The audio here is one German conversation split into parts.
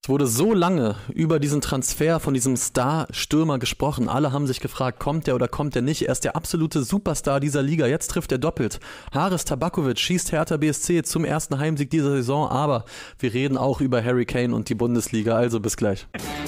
Es wurde so lange über diesen Transfer von diesem Star-Stürmer gesprochen. Alle haben sich gefragt, kommt der oder kommt der nicht? Er ist der absolute Superstar dieser Liga. Jetzt trifft er doppelt. Haris Tabakovic schießt Hertha BSC zum ersten Heimsieg dieser Saison. Aber wir reden auch über Harry Kane und die Bundesliga. Also bis gleich.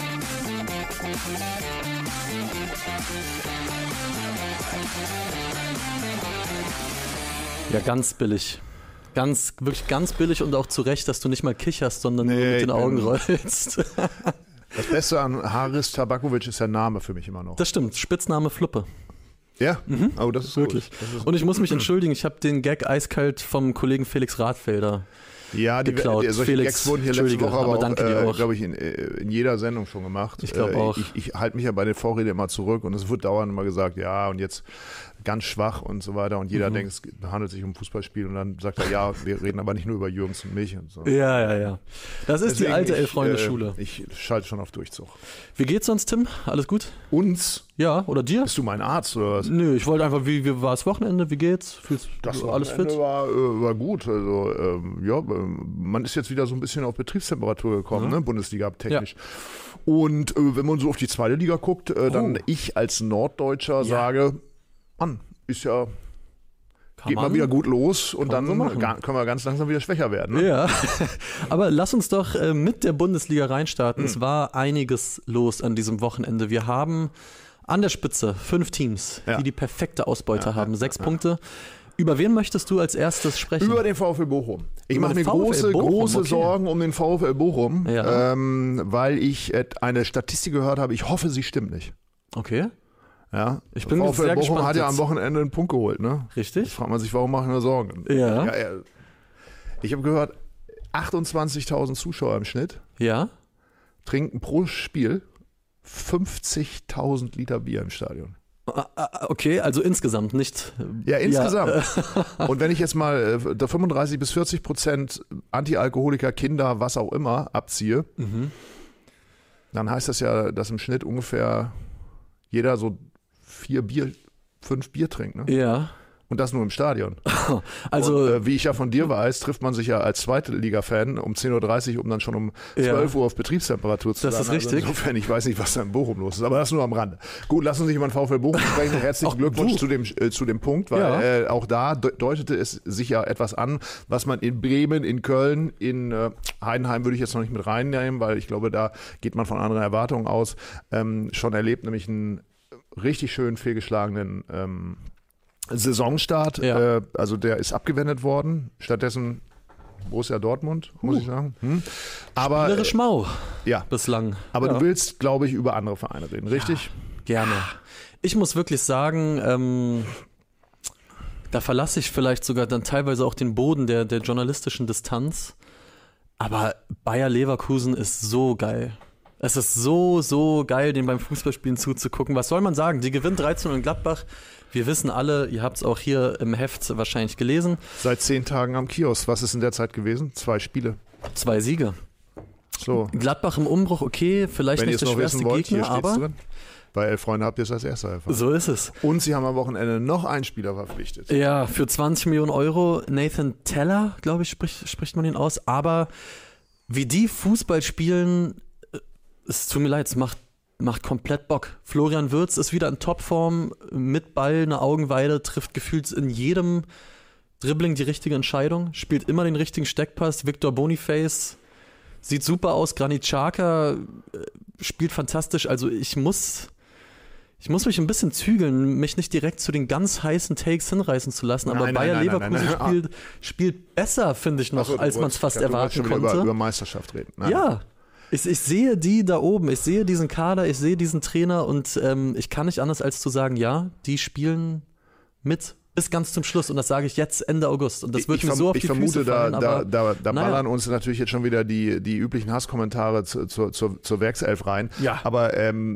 Ja, ganz billig. Wirklich ganz billig und auch zu Recht, dass du nicht mal kicherst, sondern nur mit den Augen rollst. Das Beste an Haris Tabakovic ist der Name für mich immer noch. Das stimmt, Spitzname Fluppe. Ja? Oh, das ist wirklich. Gut. Und ich muss mich entschuldigen, ich habe den Gag eiskalt vom Kollegen Felix Rathfelder geklaut. Solche Felix, Gags wurden hier letzte Woche aber auch, glaube ich, in jeder Sendung schon gemacht. Ich glaube auch. Ich halte mich ja bei den Vorrede immer zurück und es wird dauernd immer gesagt, ja, und jetzt ganz schwach und so weiter und jeder denkt, es handelt sich um ein Fußballspiel und dann sagt er, ja, wir reden aber nicht nur über Jürgens und mich und so. Ja. Das ist Deswegen die alte Elf-Freunde-Schule. Ich schalte schon auf Durchzug. Wie geht's sonst, Tim? Alles gut? Uns? Ja, oder dir? Bist du mein Arzt oder was? Nö, ich wollte einfach, wie war das Wochenende? Wie geht's? Das alles fit? War gut. Also, man ist jetzt wieder so ein bisschen auf Betriebstemperatur gekommen, ne? Bundesliga technisch. Ja. Und wenn man so auf die zweite Liga guckt, dann ich als Norddeutscher sage, Mann, geht mal wieder gut los und dann können wir ganz langsam wieder schwächer werden. Ne? Ja, aber lass uns doch mit der Bundesliga reinstarten. Es war einiges los an diesem Wochenende. Wir haben an der Spitze 5 Teams, die die perfekte Ausbeute haben. 6 Punkte. Über wen möchtest du als erstes sprechen? Über den VfL Bochum. Ich mache mir große Sorgen um den VfL Bochum, weil ich eine Statistik gehört habe. Ich hoffe, sie stimmt nicht. Okay. Ja, ich bin VfL sehr Bochum gespannt hat ja am Wochenende einen Punkt geholt, ne? Richtig. Da fragt man sich, warum mache ich mir Sorgen? Ja. Ich habe gehört, 28.000 Zuschauer im Schnitt trinken pro Spiel 50.000 Liter Bier im Stadion. Okay, also insgesamt nicht. Ja, insgesamt. Und wenn ich jetzt mal 35-40% Antialkoholiker, Kinder, was auch immer abziehe, dann heißt das ja, dass im Schnitt ungefähr jeder so 5 Bier trinkt, ne? Ja. Und das nur im Stadion. Also, und, wie ich ja von dir weiß, trifft man sich ja als zweite Liga-Fan um 10.30 Uhr, um dann schon um 12 Uhr auf Betriebstemperatur zu sein. Das ist richtig. Also insofern, ich weiß nicht, was da in Bochum los ist, aber das nur am Rande. Gut, lass uns nicht über den VfL Bochum sprechen. Herzlichen Glückwunsch zu dem Punkt, weil auch da deutete es sich ja etwas an, was man in Bremen, in Köln, in Heidenheim würde ich jetzt noch nicht mit reinnehmen, weil ich glaube, da geht man von anderen Erwartungen aus, schon erlebt, nämlich einen richtig schön fehlgeschlagenen Saisonstart, also der ist abgewendet worden, stattdessen Borussia Dortmund, muss ich sagen. Aber spielerisch mau bislang. Aber du willst, glaube ich, über andere Vereine reden, richtig? Ja, gerne. Ich muss wirklich sagen, da verlasse ich vielleicht sogar dann teilweise auch den Boden der journalistischen Distanz, aber Bayer Leverkusen ist so geil. Es ist so geil, den beim Fußballspielen zuzugucken. Was soll man sagen? Die gewinnt 13 in Gladbach. Wir wissen alle, ihr habt es auch hier im Heft wahrscheinlich gelesen. Seit 10 Tagen am Kiosk. Was ist in der Zeit gewesen? 2 Spiele. 2 Siege. So. Gladbach im Umbruch, okay, vielleicht nicht der schwerste Gegner, aber drin. Bei 11 Freunde habt ihr es als erster erfahren. So ist es. Und sie haben am Wochenende noch einen Spieler verpflichtet. Ja, für 20 Millionen Euro. Nathan Teller, glaube ich, spricht man ihn aus. Aber wie die Fußball spielen, es tut mir leid, es macht komplett Bock. Florian Wirtz ist wieder in Topform, mit Ball, eine Augenweide, trifft gefühlt in jedem Dribbling die richtige Entscheidung, spielt immer den richtigen Steckpass. Victor Boniface sieht super aus. Granit Xhaka spielt fantastisch. Also ich muss mich ein bisschen zügeln, mich nicht direkt zu den ganz heißen Takes hinreißen zu lassen, aber Bayer Leverkusen spielt besser, finde ich noch, als man es fast erwarten konnte. Über Meisterschaft reden. Nein. Ja. Ich sehe die da oben, ich sehe diesen Kader, ich sehe diesen Trainer und ich kann nicht anders als zu sagen, ja, die spielen mit bis ganz zum Schluss und das sage ich jetzt Ende August und das wird mir so auf die Füße fallen. Da ballern uns natürlich jetzt schon wieder die üblichen Hasskommentare zur Werkself rein, aber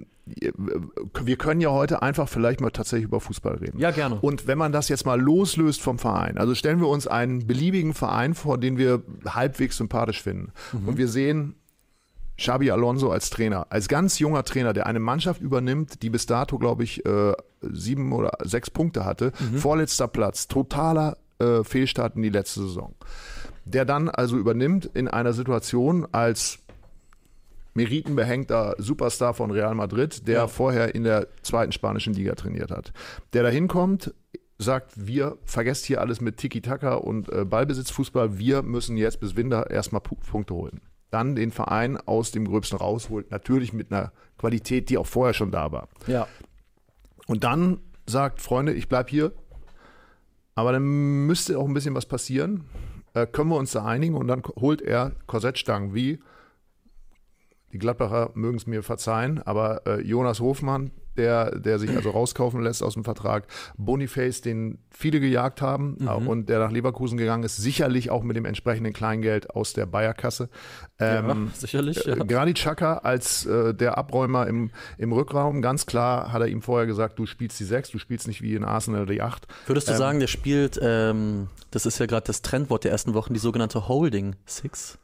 wir können ja heute einfach vielleicht mal tatsächlich über Fußball reden. Ja, gerne. Und wenn man das jetzt mal loslöst vom Verein, also stellen wir uns einen beliebigen Verein vor, den wir halbwegs sympathisch finden und wir sehen Xabi Alonso als Trainer, als ganz junger Trainer, der eine Mannschaft übernimmt, die bis dato, glaube ich, 7 oder 6 Punkte hatte, vorletzter Platz, totaler Fehlstart in die letzte Saison. Der dann also übernimmt in einer Situation als meritenbehängter Superstar von Real Madrid, der vorher in der 2. spanischen Liga trainiert hat. Der da hinkommt, sagt, wir vergesst hier alles mit Tiki-Taka und Ballbesitzfußball, wir müssen jetzt bis Winter erstmal Punkte holen. Dann den Verein aus dem Gröbsten rausholt, natürlich mit einer Qualität, die auch vorher schon da war. Ja. Und dann sagt, Freunde, ich bleib hier, aber dann müsste auch ein bisschen was passieren. Können wir uns da einigen? Und dann holt er Korsettstangen wie, die Gladbacher mögen es mir verzeihen, aber Jonas Hofmann, der sich also rauskaufen lässt aus dem Vertrag, Boniface, den viele gejagt haben und der nach Leverkusen gegangen ist, sicherlich auch mit dem entsprechenden Kleingeld aus der Bayer-Kasse. Sicherlich. Ja. Granit Xhaka als der Abräumer im Rückraum, ganz klar hat er ihm vorher gesagt, du spielst die 6, du spielst nicht wie in Arsenal die 8. Würdest du sagen, der spielt, das ist ja gerade das Trendwort der ersten Wochen, die sogenannte Holding Six?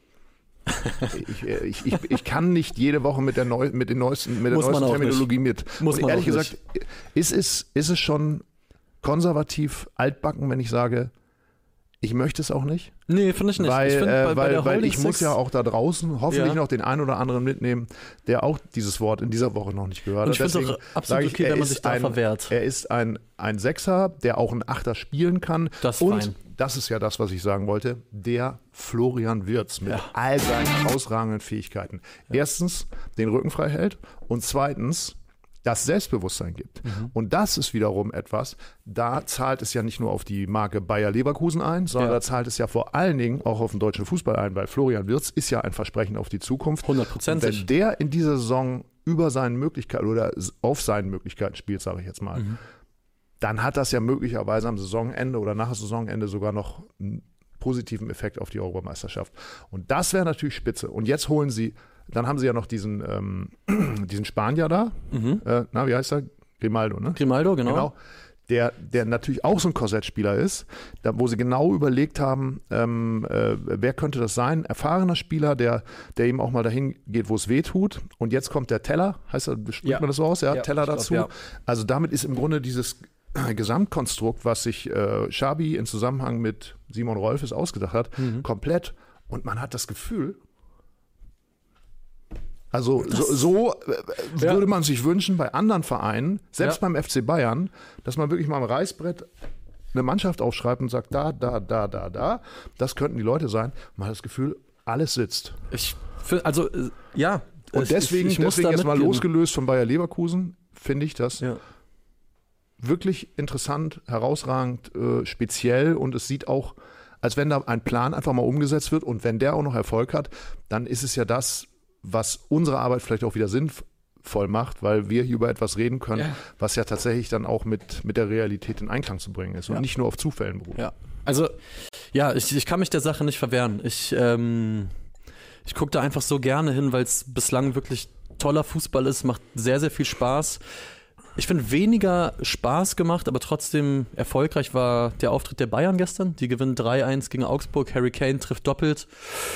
Ich kann nicht jede Woche mit der neuesten Terminologie mit. Muss man ehrlich gesagt, ist es schon konservativ altbacken, wenn ich sage, ich möchte es auch nicht? Nee, finde ich nicht. Weil ich muss ja auch da draußen hoffentlich noch den einen oder anderen mitnehmen, der auch dieses Wort in dieser Woche noch nicht gehört hat. Und ich finde es auch absolut okay, wenn man sich da verwehrt. Er ist ein Sechser, der auch ein Achter spielen kann. Das und fein. Das ist ja das, was ich sagen wollte, der Florian Wirtz mit all seinen herausragenden Fähigkeiten. Erstens, den Rücken frei hält und zweitens, das Selbstbewusstsein gibt. Und das ist wiederum etwas, da zahlt es ja nicht nur auf die Marke Bayer Leverkusen ein, sondern da zahlt es ja vor allen Dingen auch auf den deutschen Fußball ein, weil Florian Wirtz ist ja ein Versprechen auf die Zukunft. 100%. Wenn der in dieser Saison über seinen Möglichkeiten oder auf seinen Möglichkeiten spielt, sage ich jetzt mal, dann hat das ja möglicherweise am Saisonende oder nach dem Saisonende sogar noch einen positiven Effekt auf die Europameisterschaft. Und das wäre natürlich spitze. Und jetzt holen sie, dann haben sie ja noch diesen Spanier da, wie heißt er? Grimaldo, ne? Grimaldo, genau. Der natürlich auch so ein Korsettspieler ist, wo sie genau überlegt haben, wer könnte das sein? Erfahrener Spieler, der eben auch mal dahin geht, wo es weh tut. Und jetzt kommt der Teller, spricht man das so aus? Ja, Teller dazu. Ja. Also damit ist im Grunde dieses Gesamtkonstrukt, was sich Xabi in Zusammenhang mit Simon Rolfes ausgedacht hat, komplett. Und man hat das Gefühl, also so würde man sich wünschen bei anderen Vereinen, selbst beim FC Bayern, dass man wirklich mal am Reißbrett eine Mannschaft aufschreibt und sagt, da, das könnten die Leute sein. Man hat das Gefühl, alles sitzt. Und deswegen jetzt mal losgelöst von Bayer Leverkusen, finde ich das wirklich interessant, herausragend, speziell und es sieht auch, als wenn da ein Plan einfach mal umgesetzt wird und wenn der auch noch Erfolg hat, dann ist es ja das, was unsere Arbeit vielleicht auch wieder sinnvoll macht, weil wir hier über etwas reden können, was ja tatsächlich dann auch mit der Realität in Einklang zu bringen ist und nicht nur auf Zufällen beruht. Ja, also ich kann mich der Sache nicht verwehren. Ich gucke da einfach so gerne hin, weil es bislang wirklich toller Fußball ist, macht sehr, sehr viel Spaß. Ich finde, weniger Spaß gemacht, aber trotzdem erfolgreich war der Auftritt der Bayern gestern. Die gewinnen 3-1 gegen Augsburg. Harry Kane trifft doppelt.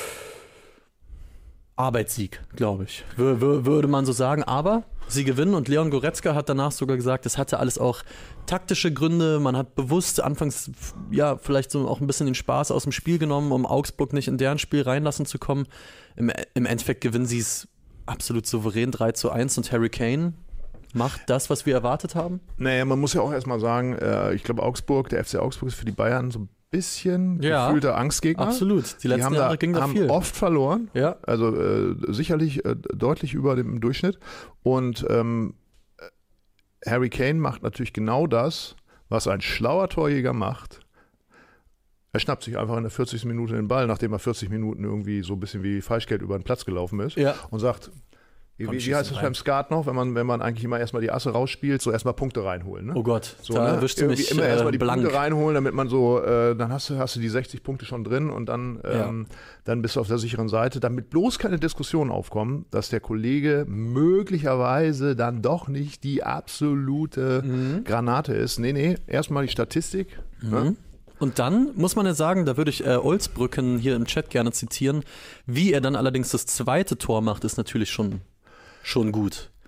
Arbeitssieg, glaube ich, würde man so sagen. Aber sie gewinnen und Leon Goretzka hat danach sogar gesagt, es hatte alles auch taktische Gründe. Man hat bewusst anfangs vielleicht so auch ein bisschen den Spaß aus dem Spiel genommen, um Augsburg nicht in deren Spiel reinlassen zu kommen. Im Endeffekt gewinnen sie es absolut souverän 3-1 und Harry Kane macht das, was wir erwartet haben? Naja, man muss ja auch erstmal sagen, ich glaube der FC Augsburg ist für die Bayern so ein bisschen gefühlter Angstgegner. Absolut, die letzten Jahre ging da viel. Haben oft verloren, also sicherlich deutlich über dem Durchschnitt und Harry Kane macht natürlich genau das, was ein schlauer Torjäger macht. Er schnappt sich einfach in der 40. Minute den Ball, nachdem er 40 Minuten irgendwie so ein bisschen wie Falschgeld über den Platz gelaufen ist und sagt, wie heißt das beim Skat noch, wenn man eigentlich immer erstmal die Asse rausspielt, so erstmal Punkte reinholen. Ne? Oh Gott, so, da erwischst du mich immer erstmal die blank. Punkte reinholen, damit man so, dann hast du die 60 Punkte schon drin und dann bist du auf der sicheren Seite, damit bloß keine Diskussionen aufkommen, dass der Kollege möglicherweise dann doch nicht die absolute Granate ist. Nee, erstmal die Statistik. Ne? Und dann muss man ja sagen, da würde ich Olsbrücken hier im Chat gerne zitieren, wie er dann allerdings das zweite Tor macht, ist natürlich schon gut.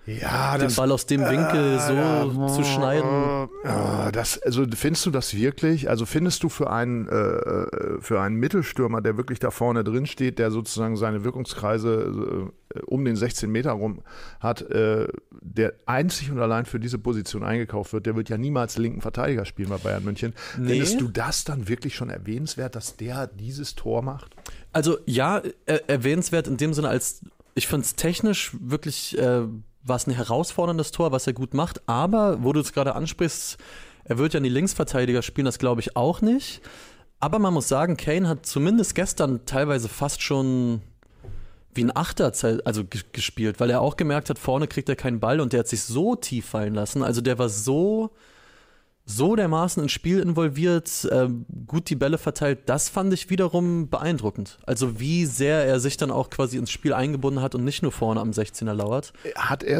Ja, den Ball aus dem Winkel so zu schneiden. Also findest du das wirklich? Also findest du für einen Mittelstürmer, der wirklich da vorne drin steht, der sozusagen seine Wirkungskreise um den 16 Meter rum hat, der einzig und allein für diese Position eingekauft wird, der wird ja niemals linken Verteidiger spielen bei Bayern München. Nee. Findest du das dann wirklich schon erwähnenswert, dass der dieses Tor macht? Also ja, erwähnenswert in dem Sinne, als ich finde es technisch wirklich war es ein herausforderndes Tor, was er gut macht, aber wo du es gerade ansprichst, er wird ja nie Linksverteidiger spielen, das glaube ich auch nicht. Aber man muss sagen, Kane hat zumindest gestern teilweise fast schon wie ein Achter gespielt, weil er auch gemerkt hat, vorne kriegt er keinen Ball und der hat sich so tief fallen lassen. Also der war so dermaßen ins Spiel involviert, gut die Bälle verteilt, das fand ich wiederum beeindruckend. Also wie sehr er sich dann auch quasi ins Spiel eingebunden hat und nicht nur vorne am 16er lauert. Hat er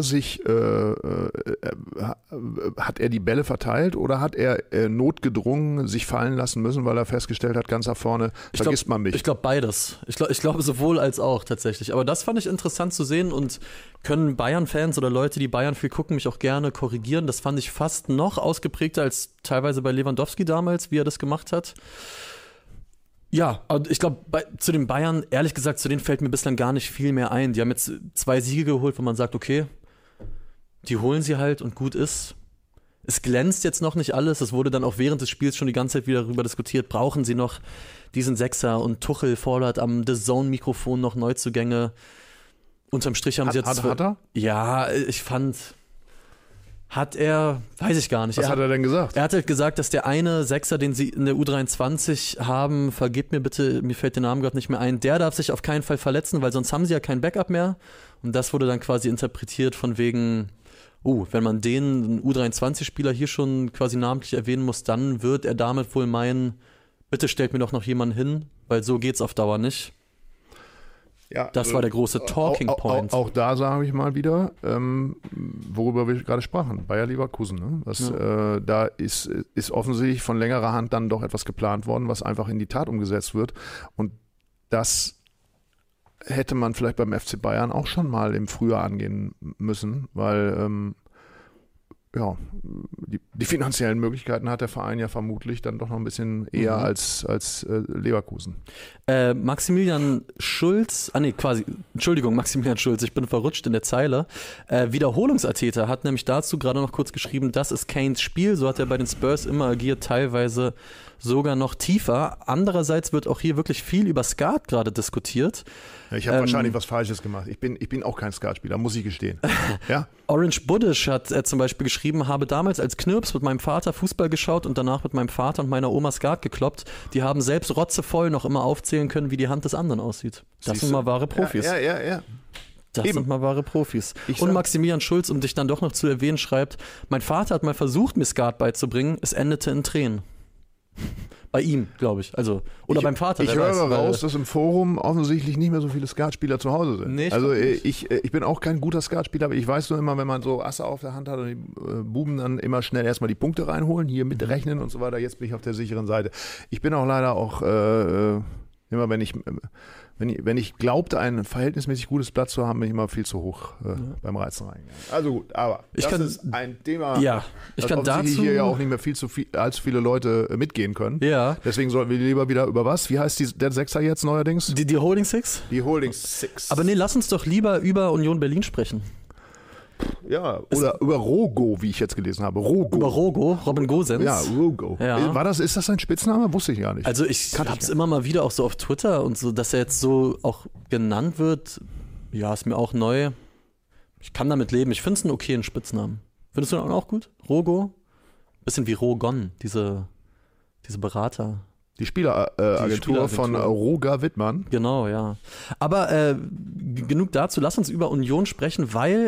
die Bälle verteilt oder hat er notgedrungen sich fallen lassen müssen, weil er festgestellt hat, ganz da vorne vergisst man mich? Ich glaube beides. Ich glaube sowohl als auch tatsächlich. Aber das fand ich interessant zu sehen und können Bayern-Fans oder Leute, die Bayern viel gucken, mich auch gerne korrigieren. Das fand ich fast noch ausgeprägter als teilweise bei Lewandowski damals, wie er das gemacht hat. Ja, und ich glaube, zu den Bayern, ehrlich gesagt, zu denen fällt mir bislang gar nicht viel mehr ein. Die haben jetzt 2 Siege geholt, wo man sagt, okay, die holen sie halt und gut ist. Es glänzt jetzt noch nicht alles. Es wurde dann auch während des Spiels schon die ganze Zeit wieder darüber diskutiert, brauchen sie noch diesen Sechser, und Tuchel fordert am The Zone-Mikrofon noch Neuzugänge. Unterm Strich haben sie jetzt... Hat er? Ja, ich fand... Hat er, weiß ich gar nicht. Was hat er denn gesagt? Er hat halt gesagt, dass der eine Sechser, den sie in der U23 haben, vergebt mir bitte, mir fällt der Name gerade nicht mehr ein, der darf sich auf keinen Fall verletzen, weil sonst haben sie ja kein Backup mehr. Und das wurde dann quasi interpretiert von wegen, wenn man den U23-Spieler hier schon quasi namentlich erwähnen muss, dann wird er damit wohl meinen, bitte stellt mir doch noch jemanden hin, weil so geht's auf Dauer nicht. Ja, das war der große Talking Point. Auch da sage ich mal wieder, worüber wir gerade sprachen, Bayer Leverkusen. Ne? Da ist offensichtlich von längerer Hand dann doch etwas geplant worden, was einfach in die Tat umgesetzt wird. Und das hätte man vielleicht beim FC Bayern auch schon mal im Frühjahr angehen müssen, weil die finanziellen Möglichkeiten hat der Verein ja vermutlich dann doch noch ein bisschen eher als Leverkusen. Maximilian Schulz, Maximilian Schulz, ich bin verrutscht in der Zeile. Wiederholungsatheter hat nämlich dazu gerade noch kurz geschrieben, das ist Kanes Spiel, so hat er bei den Spurs immer agiert, teilweise sogar noch tiefer. Andererseits wird auch hier wirklich viel über Skat gerade diskutiert. Ja, ich habe wahrscheinlich was Falsches gemacht. Ich bin auch kein Skatspieler, muss ich gestehen. Ja? Orange Buddish hat zum Beispiel geschrieben, habe damals als Knirps mit meinem Vater Fußball geschaut und danach mit meinem Vater und meiner Oma Skat gekloppt. Die haben selbst rotzevoll noch immer aufzählen können, wie die Hand des anderen aussieht. Das sind mal wahre Profis. Ja. Das sind mal wahre Profis. Und Maximilian Schulz, um dich dann doch noch zu erwähnen, schreibt, mein Vater hat mal versucht, mir Skat beizubringen, es endete in Tränen. Bei ihm, glaube ich. Oder beim Vater. Ich höre raus, dass im Forum offensichtlich nicht mehr so viele Skatspieler zu Hause sind. Nee, ich bin auch kein guter Skatspieler, aber ich weiß nur immer, wenn man so Asse auf der Hand hat und die Buben dann immer schnell erstmal die Punkte reinholen, hier mitrechnen und so weiter. Jetzt bin ich auf der sicheren Seite. Ich bin auch leider auch immer, wenn ich glaubte, ein verhältnismäßig gutes Platz zu haben, bin ich immer viel zu hoch beim Reizen reingegangen. Also gut, aber das ist ein Thema, dazu hier ja auch nicht mehr allzu viele Leute mitgehen können. Ja. Deswegen sollten wir lieber wieder über was? Wie heißt der Sechser jetzt neuerdings? Die Holding Six? Die Holding Six. Aber nee, lass uns doch lieber über Union Berlin sprechen. Ja, oder über Rogo, wie ich jetzt gelesen habe. Über Rogo, Robin Gosens. Ja, Rogo. Ja. Ist das sein Spitzname? Wusste ich gar nicht. Also ich habe es immer mal wieder auch so auf Twitter und so, dass er jetzt so auch genannt wird. Ja, ist mir auch neu. Ich kann damit leben. Ich finde es einen okayen Spitznamen. Findest du den auch gut? Rogo? Bisschen wie Rogon, diese Berater. Die Spieleragentur von Roger Wittmann. Genau, ja. Aber genug dazu. Lass uns über Union sprechen, weil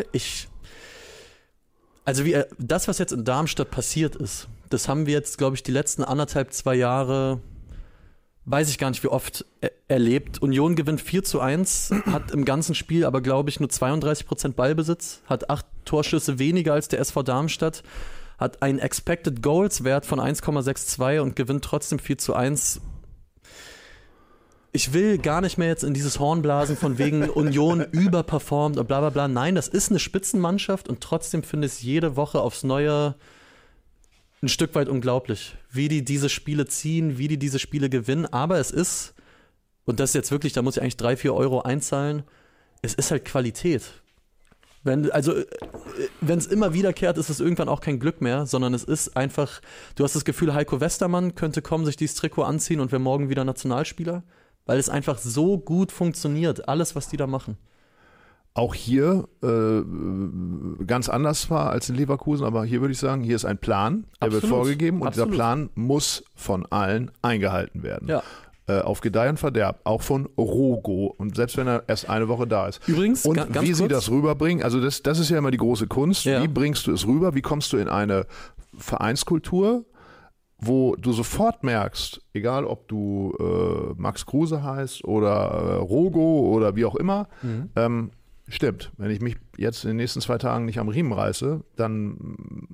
das, was jetzt in Darmstadt passiert ist, das haben wir jetzt, glaube ich, die letzten 1,5-2 Jahre, weiß ich gar nicht, wie oft erlebt. Union gewinnt 4:1, hat im ganzen Spiel aber, glaube ich, nur 32% Ballbesitz, hat 8 Torschüsse weniger als der SV Darmstadt, hat einen Expected Goals Wert von 1,62 und gewinnt trotzdem 4:1. ich will gar nicht mehr jetzt in dieses Hornblasen von wegen Union überperformt und bla bla bla. Nein, das ist eine Spitzenmannschaft und trotzdem finde ich es jede Woche aufs Neue ein Stück weit unglaublich, wie die diese Spiele ziehen, wie die diese Spiele gewinnen. Aber es ist, und das ist jetzt wirklich, da muss ich eigentlich 3-4 Euro einzahlen, es ist halt Qualität. Wenn es immer wiederkehrt, ist es irgendwann auch kein Glück mehr, sondern es ist einfach, du hast das Gefühl, Heiko Westermann könnte kommen, sich dieses Trikot anziehen und wäre morgen wieder Nationalspieler, weil es einfach so gut funktioniert, alles, was die da machen. Auch hier ganz anders war als in Leverkusen, aber hier würde ich sagen, hier ist ein Plan, der wird vorgegeben und dieser Plan muss von allen eingehalten werden. Ja. Auf Gedeih und Verderb, auch von Rogo und selbst wenn er erst eine Woche da ist. Übrigens, und ganz wie kurz, sie das rüberbringen, also das ist ja immer die große Kunst, ja. Wie bringst du es rüber, wie kommst du in eine Vereinskultur, wo du sofort merkst, egal ob du Max Kruse heißt oder Rogo oder wie auch immer, stimmt, wenn ich mich jetzt in den nächsten 2 Tagen nicht am Riemen reiße, dann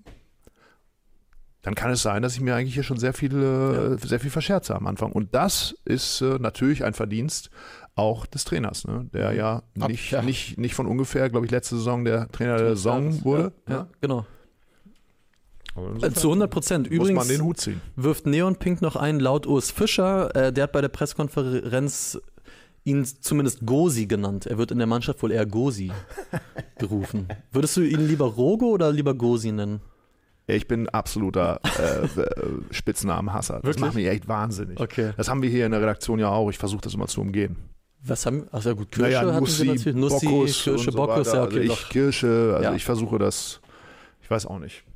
kann es sein, dass ich mir eigentlich hier schon sehr viel verscherze am Anfang. Und das ist natürlich ein Verdienst auch des Trainers, ne? Der ja nicht von ungefähr, glaube ich, letzte Saison der Trainer der Saison wurde. Ja, genau. Zu 100%. Übrigens muss man den Hut ziehen. Wirft Neon Pink noch ein, laut Urs Fischer, der hat bei der Pressekonferenz ihn zumindest Gosi genannt. Er wird in der Mannschaft wohl eher Gosi gerufen. Würdest du ihn lieber Rogo oder lieber Gosi nennen? Ich bin absoluter Spitznamenhasser. Das Wirklich? macht mich echt wahnsinnig. Okay. Das haben wir hier in der Redaktion ja auch. Ich versuche das immer zu umgehen. Was haben, ach ja gut, Kirsche hatten sie natürlich. Nussi, Bockus Kirsche, und so Bockus, weiter. ja, okay. Also Kirsche, ich versuche das, ich weiß auch nicht.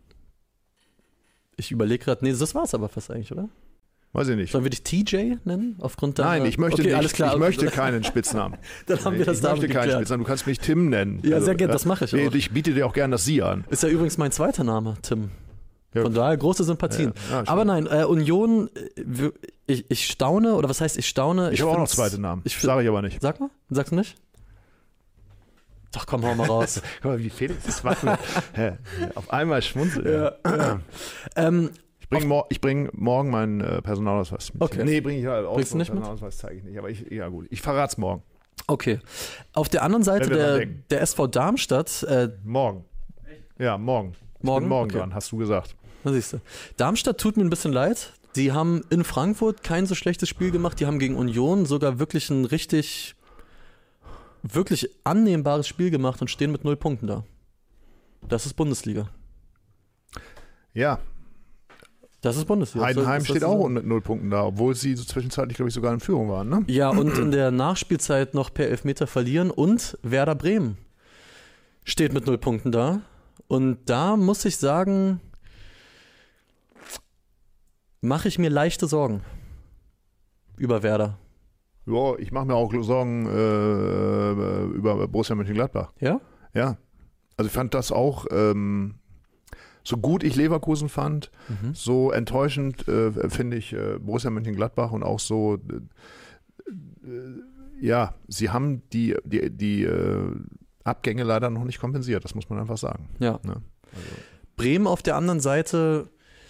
Ich überlege gerade, nee, das war's aber fast eigentlich, oder? Weiß ich nicht. Sollen wir dich TJ nennen? Aufgrund der, Nein, ich möchte nicht. Alles klar. Ich möchte keinen Spitznamen. Dann haben wir das Ich möchte keinen Spitznamen. Du kannst mich Tim nennen. Ja, sehr gerne, das mache ich auch. Ich biete dir auch gerne das Sie an. Ist ja übrigens mein zweiter Name, Tim. Ja. Von daher große Sympathien. Ja, aber nein, Union, ich staune, oder was heißt ich staune? Ich habe auch noch zweite Namen. Sage ich aber nicht. Sag mal, sagst du nicht? Doch, komm, hau mal raus. Guck mal, wie Felix das macht. Auf einmal schmunzelt. Ja. Ich bring morgen meinen Personalausweis mit. Okay. Nee, bringe ich halt auch. Bringst du nicht mit? Personalausweis zeige ich nicht. Aber gut. Ich verrate es morgen. Okay. Auf der anderen Seite der SV Darmstadt. Morgen. Ja, morgen. Morgen? Ich bin morgen Okay. dran, hast du gesagt. Na siehst du. Darmstadt tut mir ein bisschen leid. Die haben in Frankfurt kein so schlechtes Spiel gemacht. Die haben gegen Union sogar wirklich ein wirklich annehmbares Spiel gemacht und stehen mit 0 Punkten da. Das ist Bundesliga. Ja. Das ist Bundesliga. Heidenheim steht auch mit 0 Punkten da, obwohl sie so zwischenzeitlich, glaube ich, sogar in Führung waren. Ne? Ja, und in der Nachspielzeit noch per Elfmeter verlieren. Und Werder Bremen steht mit 0 Punkten da. Und da muss ich sagen, mache ich mir leichte Sorgen über Werder. Ja, ich mache mir auch Sorgen über Borussia Mönchengladbach. Ja? Ja. Also ich fand das auch, so gut ich Leverkusen fand, so enttäuschend finde ich Borussia Mönchengladbach und auch so, sie haben die Abgänge leider noch nicht kompensiert, das muss man einfach sagen. Ja. Ne? Also. Bremen auf der anderen Seite,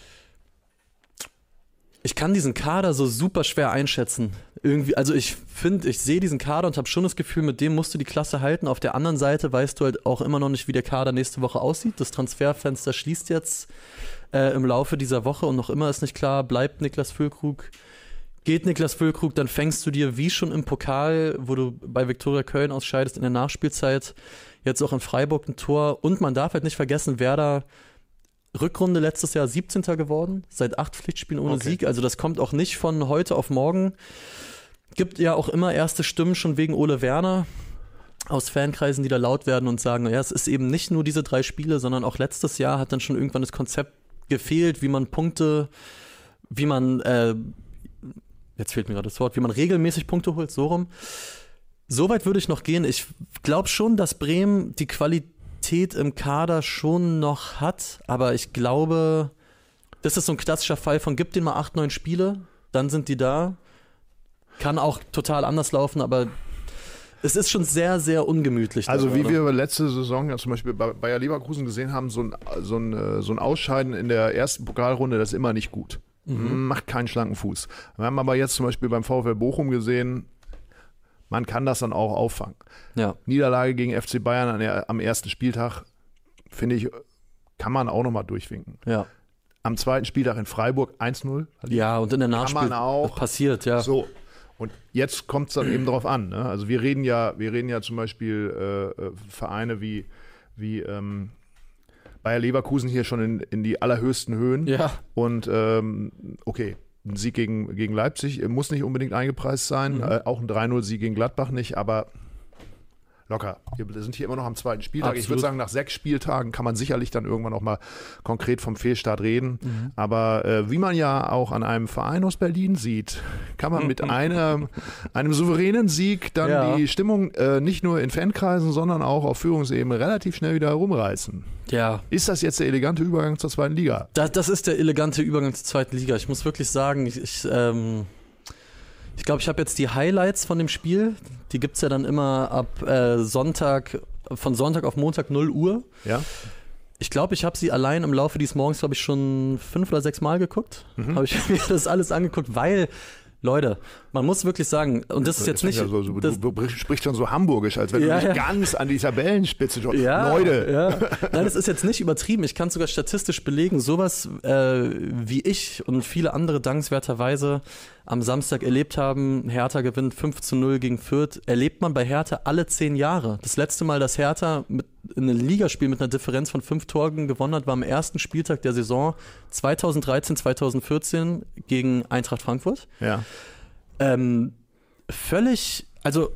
ich kann diesen Kader so super schwer einschätzen. Irgendwie, also ich sehe diesen Kader und habe schon das Gefühl, mit dem musst du die Klasse halten. Auf der anderen Seite weißt du halt auch immer noch nicht, wie der Kader nächste Woche aussieht. Das Transferfenster schließt jetzt im Laufe dieser Woche und noch immer ist nicht klar, bleibt Niklas Füllkrug. Geht Niklas Füllkrug, dann fängst du dir wie schon im Pokal, wo du bei Viktoria Köln ausscheidest in der Nachspielzeit, jetzt auch in Freiburg ein Tor. Und man darf halt nicht vergessen, Werder Rückrunde letztes Jahr 17. geworden, seit 8 Pflichtspielen ohne Sieg. Also das kommt auch nicht von heute auf morgen. Gibt ja auch immer erste Stimmen schon wegen Ole Werner aus Fankreisen, die da laut werden und sagen, ja, es ist eben nicht nur diese 3 Spiele, sondern auch letztes Jahr hat dann schon irgendwann das Konzept gefehlt, wie man Punkte, wie man jetzt fehlt mir gerade das Wort, wie man regelmäßig Punkte holt, so rum. Soweit würde ich noch gehen. Ich glaube schon, dass Bremen die Qualität im Kader schon noch hat, aber ich glaube, das ist so ein klassischer Fall von gib denen mal 8, 9 Spiele, dann sind die da. Kann auch total anders laufen, aber es ist schon sehr, sehr ungemütlich. Also wie wir letzte Saison ja zum Beispiel bei Bayer Leverkusen gesehen haben, so ein Ausscheiden in der ersten Pokalrunde, das ist immer nicht gut. macht keinen schlanken Fuß. Wir haben aber jetzt zum Beispiel beim VfL Bochum gesehen, man kann das dann auch auffangen. Ja. Niederlage gegen FC Bayern am ersten Spieltag, finde ich, kann man auch nochmal durchwinken. Ja. Am zweiten Spieltag in Freiburg 1-0. Ja, und in der Nachspiel auch passiert, ja. So. Und jetzt kommt es dann eben drauf an. Ne? Also wir reden ja zum Beispiel Vereine wie Bayer Leverkusen hier schon in die allerhöchsten Höhen. Ja. Und okay, ein Sieg gegen Leipzig muss nicht unbedingt eingepreist sein. Auch ein 3-0-Sieg gegen Gladbach nicht, aber locker. Wir sind hier immer noch am zweiten Spieltag. Absolut. Ich würde sagen, nach 6 Spieltagen kann man sicherlich dann irgendwann auch mal konkret vom Fehlstart reden. Aber wie man ja auch an einem Verein aus Berlin sieht, kann man mit einem souveränen Sieg dann die Stimmung nicht nur in Fankreisen, sondern auch auf Führungsebene relativ schnell wieder herumreißen. Ja. Ist das jetzt der elegante Übergang zur zweiten Liga? Das ist der elegante Übergang zur zweiten Liga. Ich muss wirklich sagen, ich glaube, ich habe jetzt die Highlights von dem Spiel. Die gibt es ja dann immer ab von Sonntag auf Montag 0 Uhr. Ja. Ich glaube, ich habe sie allein im Laufe dieses Morgens, glaube ich, schon 5 oder 6 Mal geguckt. Habe ich mir das alles angeguckt, weil, Leute, man muss wirklich sagen, und das ist jetzt nicht... Ja so, du sprichst schon so hamburgisch, als wenn du nicht ganz an die Tabellenspitze schon... Leute! Ja. Nein, das ist jetzt nicht übertrieben. Ich kann es sogar statistisch belegen. Sowas, wie ich und viele andere dankenswerterweise am Samstag erlebt haben, Hertha gewinnt 5-0 gegen Fürth, erlebt man bei Hertha alle 10 Jahre. Das letzte Mal, dass Hertha in einem Ligaspiel mit einer Differenz von 5 Toren gewonnen hat, war am ersten Spieltag der Saison 2013/2014 gegen Eintracht Frankfurt. Ja. Völlig,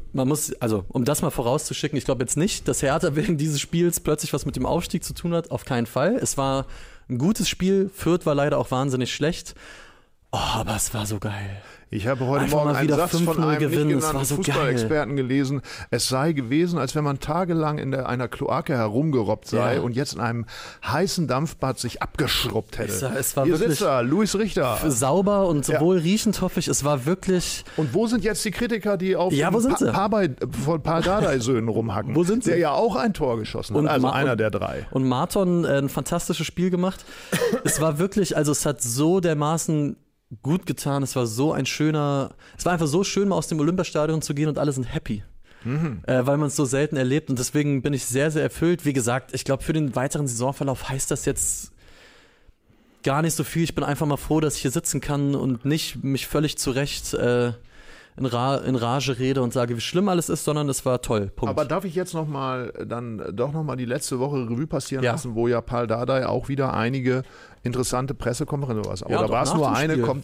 um das mal vorauszuschicken, ich glaube jetzt nicht, dass Hertha wegen dieses Spiels plötzlich was mit dem Aufstieg zu tun hat, auf keinen Fall. Es war ein gutes Spiel, Fürth war leider auch wahnsinnig schlecht. Oh, aber es war so geil. Ich habe heute Morgen einen Satz von einem nicht genannten Fußballexperten gelesen. Es sei gewesen, als wenn man tagelang in einer Kloake herumgerobbt sei und jetzt in einem heißen Dampfbad sich abgeschrubbt hätte. Es war Hier wirklich sitzt er, Luis Richter. Sauber und wohlriechend, hoffe ich. Es war wirklich... Und wo sind jetzt die Kritiker, die auf von Pardadei-Söhnen rumhacken? Wo sind sie? Der ja auch ein Tor geschossen hat, also einer der 3. Und Marton ein fantastisches Spiel gemacht. Es war wirklich, es hat so dermaßen gut getan, es war einfach so schön, mal aus dem Olympiastadion zu gehen und alle sind happy. Weil man es so selten erlebt und deswegen bin ich sehr, sehr erfüllt. Wie gesagt, ich glaube, für den weiteren Saisonverlauf heißt das jetzt gar nicht so viel. Ich bin einfach mal froh, dass ich hier sitzen kann und nicht mich völlig zurecht in Rage rede und sage, wie schlimm alles ist, sondern es war toll. Punkt. Aber darf ich jetzt noch mal die letzte Woche Revue passieren lassen, wo ja Pal Dardai auch wieder einige interessante Pressekonferenzen oder war es nur eine, wo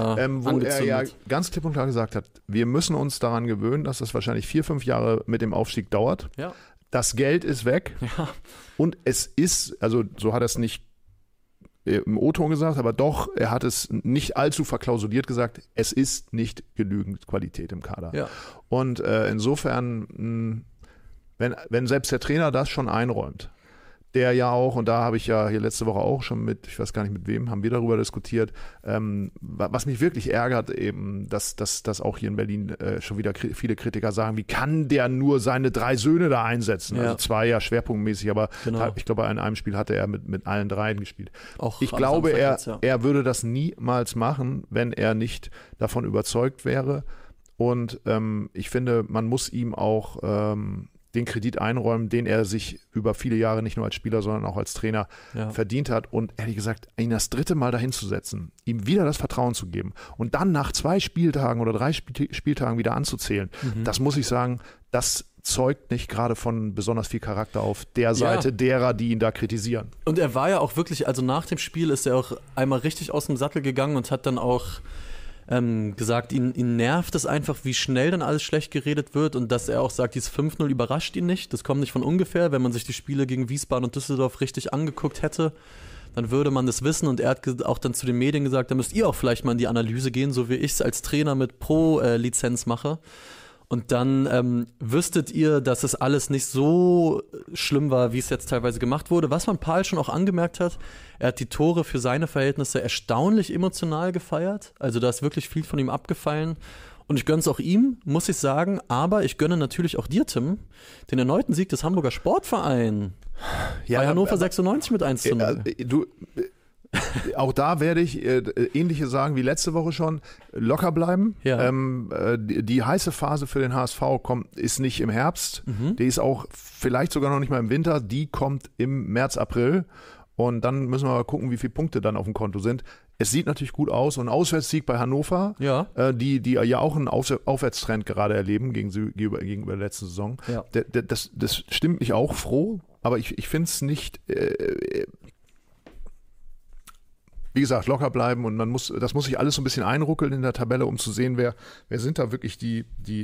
er ja ganz klipp und klar gesagt hat, wir müssen uns daran gewöhnen, dass das wahrscheinlich 4-5 Jahre mit dem Aufstieg dauert. Ja. Das Geld ist weg und es ist, also so hat er es nicht im O-Ton gesagt, aber doch, er hat es nicht allzu verklausuliert gesagt, es ist nicht genügend Qualität im Kader. Ja. Und insofern, wenn selbst der Trainer das schon einräumt, der ja auch, und da habe ich ja hier letzte Woche auch schon ich weiß gar nicht mit wem, haben wir darüber diskutiert, was mich wirklich ärgert eben, dass auch hier in Berlin schon wieder viele Kritiker sagen, wie kann der nur seine 3 Söhne da einsetzen? Also 2 ja schwerpunktmäßig, aber ich glaube, in einem Spiel hatte er mit allen 3 gespielt. Ich glaube, er würde das niemals machen, wenn er nicht davon überzeugt wäre. Und ich finde, man muss ihm auch den Kredit einräumen, den er sich über viele Jahre nicht nur als Spieler, sondern auch als Trainer verdient hat. Und ehrlich gesagt, ihn das 3. Mal dahin zu setzen, ihm wieder das Vertrauen zu geben und dann nach 2 Spieltagen oder 3 Spieltagen wieder anzuzählen, das muss ich sagen, das zeugt nicht gerade von besonders viel Charakter auf der Seite derer, die ihn da kritisieren. Und er war ja auch wirklich, also nach dem Spiel ist er auch einmal richtig aus dem Sattel gegangen und hat dann auch gesagt, ihn nervt es einfach, wie schnell dann alles schlecht geredet wird und dass er auch sagt, dieses 5-0 überrascht ihn nicht. Das kommt nicht von ungefähr. Wenn man sich die Spiele gegen Wiesbaden und Düsseldorf richtig angeguckt hätte, dann würde man das wissen. Und er hat auch dann zu den Medien gesagt, da müsst ihr auch vielleicht mal in die Analyse gehen, so wie ich es als Trainer mit Pro-Lizenz mache. Und dann wüsstet ihr, dass es alles nicht so schlimm war, wie es jetzt teilweise gemacht wurde. Was man Pal schon auch angemerkt hat, er hat die Tore für seine Verhältnisse erstaunlich emotional gefeiert. Also da ist wirklich viel von ihm abgefallen. Und ich gönne es auch ihm, muss ich sagen. Aber ich gönne natürlich auch dir, Tim, den erneuten Sieg des Hamburger Sportvereins bei Hannover 96 mit 1-0. Auch da werde ich ähnliche sagen wie letzte Woche schon, locker bleiben. Ja. Die heiße Phase für den HSV ist nicht im Herbst, die ist auch vielleicht sogar noch nicht mal im Winter, die kommt im März, April und dann müssen wir mal gucken, wie viele Punkte dann auf dem Konto sind. Es sieht natürlich gut aus und ein Auswärtssieg bei Hannover, die ja auch einen Aufwärtstrend gerade erleben gegenüber der letzten Saison. Ja. Das stimmt mich auch froh, aber ich finde es nicht... Wie gesagt, locker bleiben und das muss sich alles so ein bisschen einruckeln in der Tabelle, um zu sehen, wer sind da wirklich die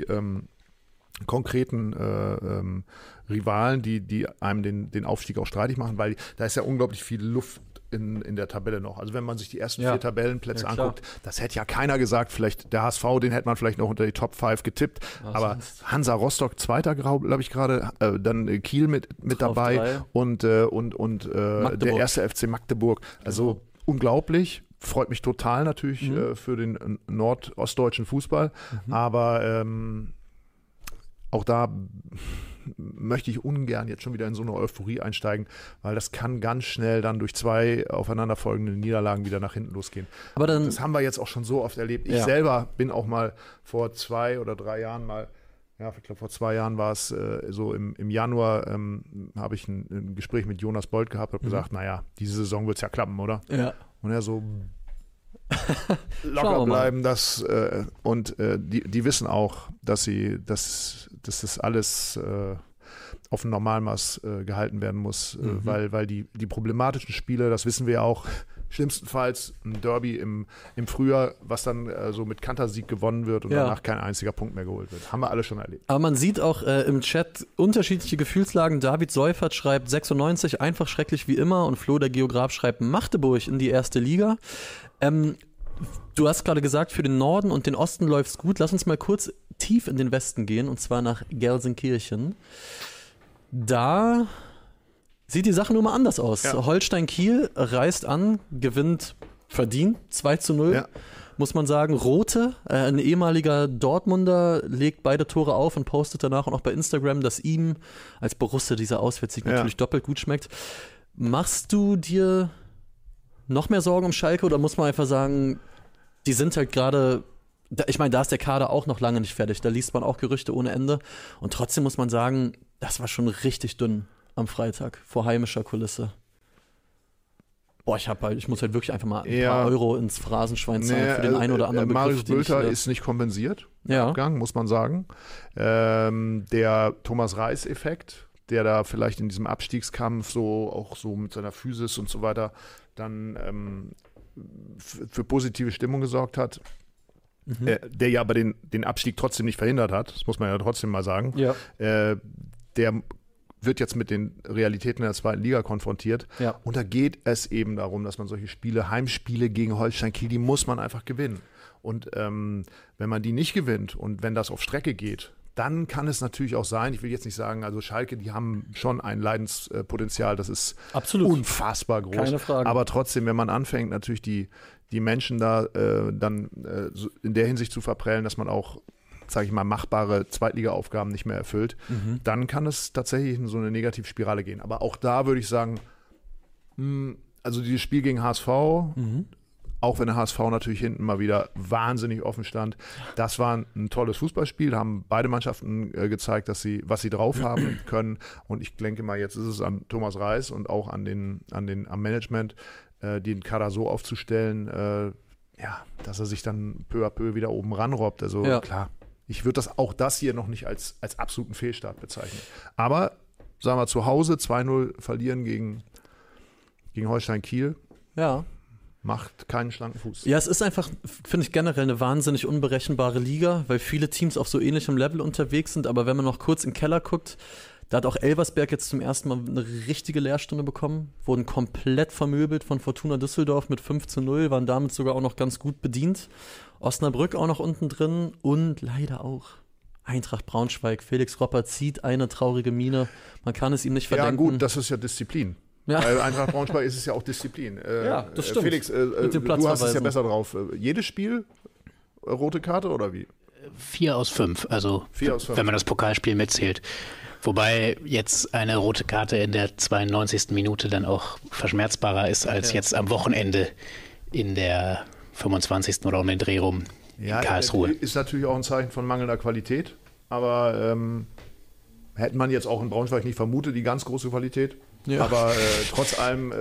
konkreten Rivalen, die einem den Aufstieg auch streitig machen, weil da ist ja unglaublich viel Luft in der Tabelle noch. Also wenn man sich die ersten 4 Tabellenplätze anguckt, das hätte ja keiner gesagt, vielleicht der HSV, den hätte man vielleicht noch unter die Top 5 getippt, aber Hansa Rostock Zweiter, glaube ich gerade, dann Kiel mit dabei und der erste FC Magdeburg, also unglaublich, freut mich total natürlich für den nordostdeutschen Fußball, aber auch da möchte ich ungern jetzt schon wieder in so eine Euphorie einsteigen, weil das kann ganz schnell dann durch 2 aufeinanderfolgende Niederlagen wieder nach hinten losgehen. Aber das haben wir jetzt auch schon so oft erlebt. Ich selber bin auch mal vor 2 oder 3 Jahren ich glaube vor 2 Jahren war es so im Januar, habe ich ein Gespräch mit Jonas Bold gehabt und habe gesagt, naja, diese Saison wird es ja klappen, oder? Ja. Und er so locker bleiben, die wissen auch, dass das alles auf ein Normalmaß gehalten werden muss, weil die problematischen Spiele, das wissen wir ja auch, schlimmstenfalls ein Derby im Frühjahr, was dann so mit Kantersieg gewonnen wird und danach kein einziger Punkt mehr geholt wird. Haben wir alle schon erlebt. Aber man sieht auch im Chat unterschiedliche Gefühlslagen. David Seufert schreibt 96, einfach schrecklich wie immer, und Flo, der Geograf, schreibt Magdeburg in die erste Liga. Du hast gerade gesagt, für den Norden und den Osten läuft's gut. Lass uns mal kurz tief in den Westen gehen, und zwar nach Gelsenkirchen. Da sieht die Sache nur mal anders aus. Ja. Holstein Kiel reist an, gewinnt verdient, 2-0, muss man sagen. Rote, ein ehemaliger Dortmunder, legt beide Tore auf und postet danach auch noch bei Instagram, dass ihm als Borusse dieser Auswärtssieg natürlich doppelt gut schmeckt. Machst du dir noch mehr Sorgen um Schalke, oder muss man einfach sagen, die sind halt gerade, ich meine, da ist der Kader auch noch lange nicht fertig, da liest man auch Gerüchte ohne Ende, und trotzdem muss man sagen, das war schon richtig dünn am Freitag vor heimischer Kulisse. Boah, ich muss halt wirklich einfach mal ein paar Euro ins Phrasenschwein zahlen für den einen oder anderen Begriff. Marius Bülter ist nicht kompensiert im Abgang, muss man sagen. Der Thomas Reis-Effekt, der da vielleicht in diesem Abstiegskampf auch so mit seiner Physis und so weiter dann für positive Stimmung gesorgt hat, der ja aber den Abstieg trotzdem nicht verhindert hat, das muss man ja trotzdem mal sagen, der wird jetzt mit den Realitäten der 2. Liga konfrontiert. Ja. Und da geht es eben darum, dass man solche Spiele, Heimspiele gegen Holstein Kiel, die muss man einfach gewinnen. Und wenn man die nicht gewinnt und wenn das auf Strecke geht, dann kann es natürlich auch sein, ich will jetzt nicht sagen, also Schalke, die haben schon ein Leidenspotenzial, das ist unfassbar groß. Keine Frage. Aber trotzdem, wenn man anfängt, natürlich die Menschen da dann in der Hinsicht zu verprellen, dass man auch, sage ich mal, machbare Zweitliga-Aufgaben nicht mehr erfüllt, dann kann es tatsächlich in so eine Negativspirale gehen. Aber auch da würde ich sagen, also dieses Spiel gegen HSV, auch wenn der HSV natürlich hinten mal wieder wahnsinnig offen stand, das war ein tolles Fußballspiel, da haben beide Mannschaften gezeigt, was sie drauf haben können, und ich denke mal, jetzt ist es an Thomas Reis und auch am Management, den Kader so aufzustellen, dass er sich dann peu à peu wieder oben ranrobbt. Also klar, ich würde das hier noch nicht als absoluten Fehlstart bezeichnen. Aber, sagen wir, zu Hause 2-0 verlieren gegen Holstein Kiel. Ja. Macht keinen schlanken Fuß. Ja, es ist einfach, finde ich, generell eine wahnsinnig unberechenbare Liga, weil viele Teams auf so ähnlichem Level unterwegs sind. Aber wenn man noch kurz in den Keller guckt, da hat auch Elversberg jetzt zum ersten Mal eine richtige Lehrstunde bekommen, wurden komplett vermöbelt von Fortuna Düsseldorf mit 5-0, waren damit sogar auch noch ganz gut bedient. Osnabrück auch noch unten drin und leider auch Eintracht Braunschweig. Felix Ropper zieht eine traurige Miene. Man kann es ihm nicht verdenken. Ja gut, das ist ja Disziplin. Ja. Bei Eintracht Braunschweig ist es ja auch Disziplin. Das stimmt. Felix, du hast es ja besser drauf. Jedes Spiel rote Karte oder wie? 4 aus 5. Also 4 aus 5. Wenn man das Pokalspiel mitzählt. Wobei jetzt eine rote Karte in der 92. Minute dann auch verschmerzbarer ist als jetzt am Wochenende in der 25. oder um den Dreh rum in Karlsruhe. Ist natürlich auch ein Zeichen von mangelnder Qualität, aber hätte man jetzt auch in Braunschweig nicht vermutet, die ganz große Qualität. Ja. Aber trotz allem,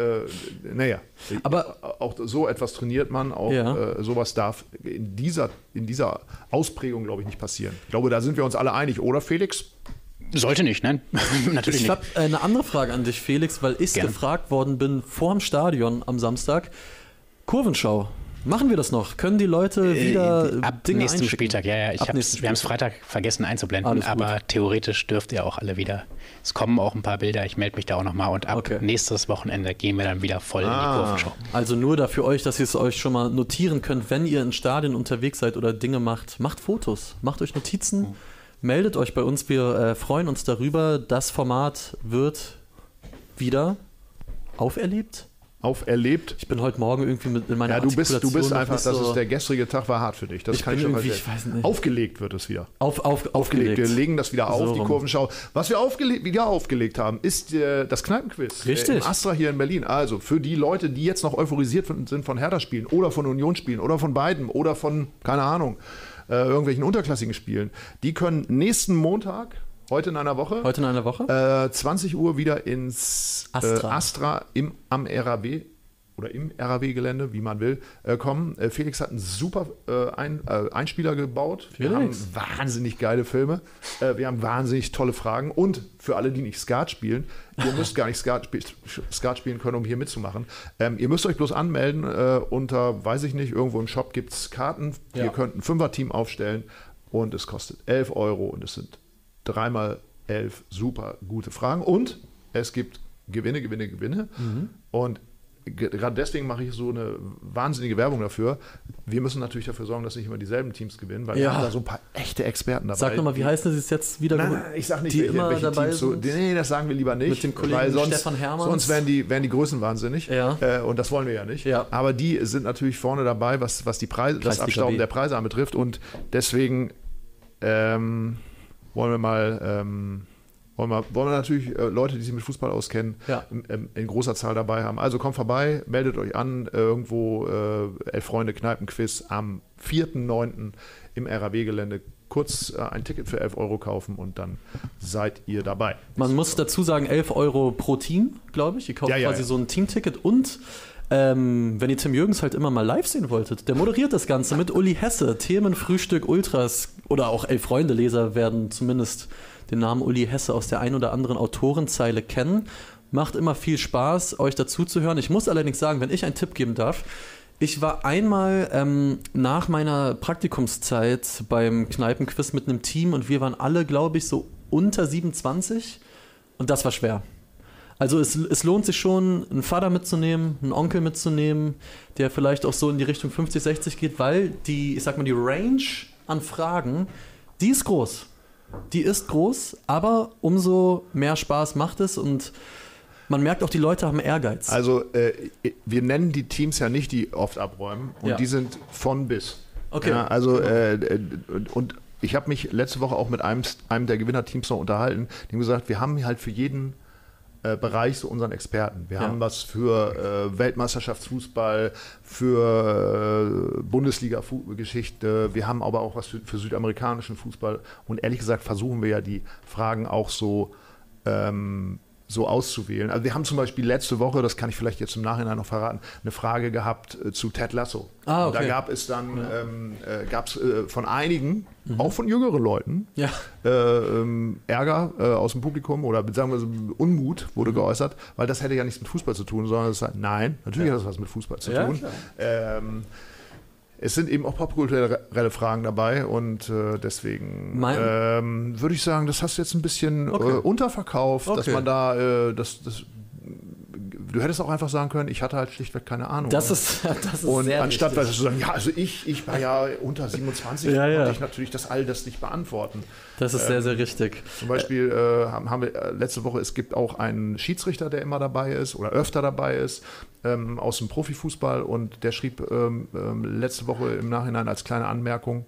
aber auch so etwas trainiert man, auch sowas darf in dieser Ausprägung, glaube ich, nicht passieren. Ich glaube, da sind wir uns alle einig, oder Felix? Sollte nicht, nein. Natürlich nicht. Ich habe eine andere Frage an dich, Felix, weil ich gefragt worden bin vor dem Stadion am Samstag. Kurvenschau. Machen wir das noch? Können die Leute wieder ab Dinge nächsten einschicken? Spieltag, ja. Wir haben es Freitag vergessen einzublenden, aber theoretisch dürft ihr auch alle wieder. Es kommen auch ein paar Bilder, ich melde mich da auch nochmal und ab nächstes Wochenende gehen wir dann wieder voll in die Kurvenschau. Also nur da für euch, dass ihr es euch schon mal notieren könnt, wenn ihr in Stadien unterwegs seid oder Dinge macht, macht Fotos, macht euch Notizen, meldet euch bei uns, wir freuen uns darüber. Das Format wird wieder auferlebt. Ich bin heute Morgen irgendwie in meiner Artikulation. Du bist einfach, der gestrige Tag war hart für dich. Das kann ich schon mal sagen. Aufgelegt wird es wieder. Aufgelegt. Wir legen das wieder auf, die Kurvenschau. Was wir wieder aufgelegt haben, ist das Kneipenquiz. Richtig. Im Astra hier in Berlin. Also für die Leute, die jetzt noch euphorisiert sind von Hertha-Spielen oder von Union-Spielen oder von beiden oder von, keine Ahnung, irgendwelchen unterklassigen Spielen, die können nächsten Montag, heute in einer Woche, 20 Uhr wieder ins Astra am RAW oder im RAW-Gelände, wie man will, kommen. Felix hat einen super Einspieler gebaut. Wir haben wahnsinnig geile Filme. Wir haben wahnsinnig tolle Fragen. Und für alle, die nicht Skat spielen, ihr müsst gar nicht Skat spielen können, um hier mitzumachen. Ihr müsst euch bloß anmelden unter, weiß ich nicht, irgendwo im Shop gibt es Karten. Ja. Ihr könnt ein 5er-Team aufstellen und es kostet 11 Euro und es sind 3x11 super gute Fragen und es gibt Gewinne. Und gerade deswegen mache ich so eine wahnsinnige Werbung dafür. Wir müssen natürlich dafür sorgen, dass nicht immer dieselben Teams gewinnen, weil wir haben da so ein paar echte Experten dabei. Sag nochmal, wie heißen sie jetzt wieder? Nein, ich sag nicht, die immer dabei Teams sind. Nee, das sagen wir lieber nicht. Mit dem Kollegen weil Stefan Hermanns. Sonst wären die Größen wahnsinnig. Ja. Und das wollen wir ja nicht. Ja. Aber die sind natürlich vorne dabei, was die Preise, das Abstauben der Preise anbetrifft. Und deswegen wollen wir natürlich Leute, die sich mit Fußball auskennen, in großer Zahl dabei haben. Also kommt vorbei, meldet euch an, irgendwo 11 Freunde Kneipenquiz am 4.9. im RAW-Gelände. Kurz ein Ticket für 11 Euro kaufen und dann seid ihr dabei. Man muss dazu sagen, 11 Euro pro Team, glaube ich. Ihr kauft quasi so ein Teamticket und wenn ihr Tim Jürgens halt immer mal live sehen wolltet, der moderiert das Ganze mit Uli Hesse. Themen, Frühstück, Ultras oder auch 11 Freunde-Leser werden zumindest den Namen Uli Hesse aus der ein oder anderen Autorenzeile kennen. Macht immer viel Spaß, euch dazu zu hören. Ich muss allerdings sagen, wenn ich einen Tipp geben darf, ich war einmal nach meiner Praktikumszeit beim Kneipenquiz mit einem Team und wir waren alle, glaube ich, so unter 27 und das war schwer. Also es lohnt sich schon, einen Vater mitzunehmen, einen Onkel mitzunehmen, der vielleicht auch so in die Richtung 50, 60 geht, weil die Range an Fragen, die ist groß. Die ist groß, aber umso mehr Spaß macht es und man merkt auch, die Leute haben Ehrgeiz. Also wir nennen die Teams ja nicht, die oft abräumen und die sind von bis. Okay. Ja, also und ich habe mich letzte Woche auch mit einem der Gewinnerteams noch unterhalten, die haben gesagt, wir haben halt für jeden Bereich so unseren Experten. Wir haben was für Weltmeisterschaftsfußball, für Bundesliga-Geschichte, wir haben aber auch was für südamerikanischen Fußball und ehrlich gesagt versuchen wir ja die Fragen auch so auszuwählen. Also wir haben zum Beispiel letzte Woche, das kann ich vielleicht jetzt im Nachhinein noch verraten, eine Frage gehabt zu Ted Lasso. Okay. Da gab es dann von einigen, auch von jüngeren Leuten, Ärger aus dem Publikum oder sagen wir so Unmut wurde geäußert, weil das hätte ja nichts mit Fußball zu tun, sondern nein, natürlich hat das was mit Fußball zu tun. Es sind eben auch popkulturelle Fragen dabei und deswegen würde ich sagen, das hast du jetzt ein bisschen unterverkauft, dass man da du hättest auch einfach sagen können, ich hatte halt schlichtweg keine Ahnung. Das ist und sehr anstatt richtig. zu sagen, ja, also ich war ja unter 27, konnte ich natürlich das nicht beantworten. Das ist sehr, sehr richtig. Zum Beispiel haben wir letzte Woche, es gibt auch einen Schiedsrichter, der immer dabei ist oder öfter dabei ist, aus dem Profifußball und der schrieb letzte Woche im Nachhinein als kleine Anmerkung,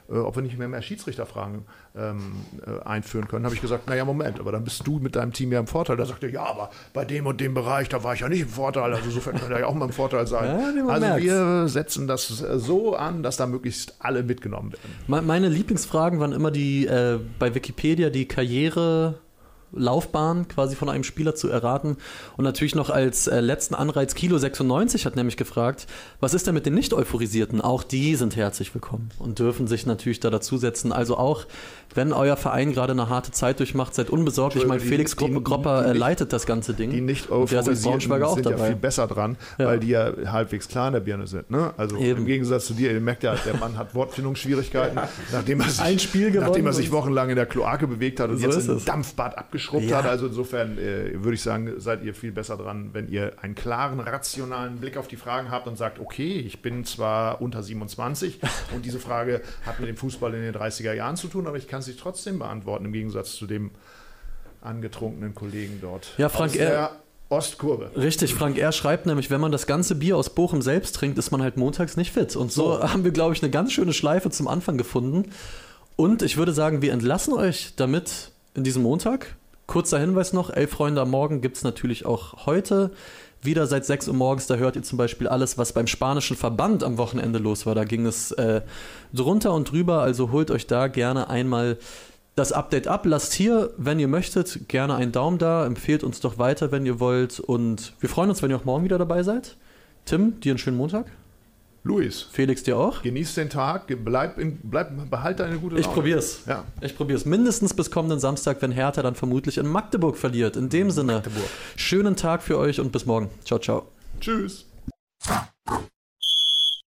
ob wir nicht mehr Schiedsrichterfragen einführen können. Habe ich gesagt, naja, Moment, aber dann bist du mit deinem Team ja im Vorteil. Da sagt er, ja, aber bei dem und dem Bereich, da war ich ja nicht im Vorteil, also insofern kann er ja auch mal im Vorteil sein. Ja, also wir setzen das so an, dass da möglichst alle mitgenommen werden. Meine Lieblingsfragen waren immer die bei Wikipedia die Karriere-Laufbahn quasi von einem Spieler zu erraten. Und natürlich noch als letzten Anreiz Kilo96 hat nämlich gefragt, was ist denn mit den Nicht-Euphorisierten? Auch die sind herzlich willkommen und dürfen sich natürlich da dazusetzen. Also auch, wenn euer Verein gerade eine harte Zeit durchmacht, seid unbesorgt. Ich meine, Felix Gropper leitet das ganze Ding. Die Nicht-Euphorisierten sind ja viel besser dran, weil die ja halbwegs klar in der Birne sind. Ne? Also im Gegensatz zu dir, ihr merkt ja, der Mann hat Wortfindungsschwierigkeiten, nachdem er sich wochenlang in der Kloake bewegt hat und so jetzt ein Dampfbad abgeschrubbt hat. Also insofern würde ich sagen, seid ihr viel besser dran, wenn ihr einen klaren, rationalen Blick auf die Fragen habt und sagt, okay, ich bin zwar unter 27 und diese Frage hat mit dem Fußball in den 30er Jahren zu tun, aber ich kann sie trotzdem beantworten, im Gegensatz zu dem angetrunkenen Kollegen dort. Ja, Frank aus der Ostkurve. Richtig, Frank R. schreibt nämlich, wenn man das ganze Bier aus Bochum selbst trinkt, ist man halt montags nicht fit. Und so haben wir, glaube ich, eine ganz schöne Schleife zum Anfang gefunden. Und ich würde sagen, wir entlassen euch damit in diesem Montag. Kurzer Hinweis noch, 11 Freunde am Morgen gibt es natürlich auch heute wieder seit 6 Uhr morgens. Da hört ihr zum Beispiel alles, was beim spanischen Verband am Wochenende los war. Da ging es drunter und drüber, also holt euch da gerne einmal das Update ab. Lasst hier, wenn ihr möchtet, gerne einen Daumen da. Empfehlt uns doch weiter, wenn ihr wollt. Und wir freuen uns, wenn ihr auch morgen wieder dabei seid. Tim, dir einen schönen Montag. Luis. Felix, dir auch. Genieß den Tag, behalte eine gute Laune. Ich probier's. Ja. Ich probier's. Mindestens bis kommenden Samstag, wenn Hertha dann vermutlich in Magdeburg verliert. In dem Sinne, schönen Tag für euch und bis morgen. Ciao, ciao. Tschüss.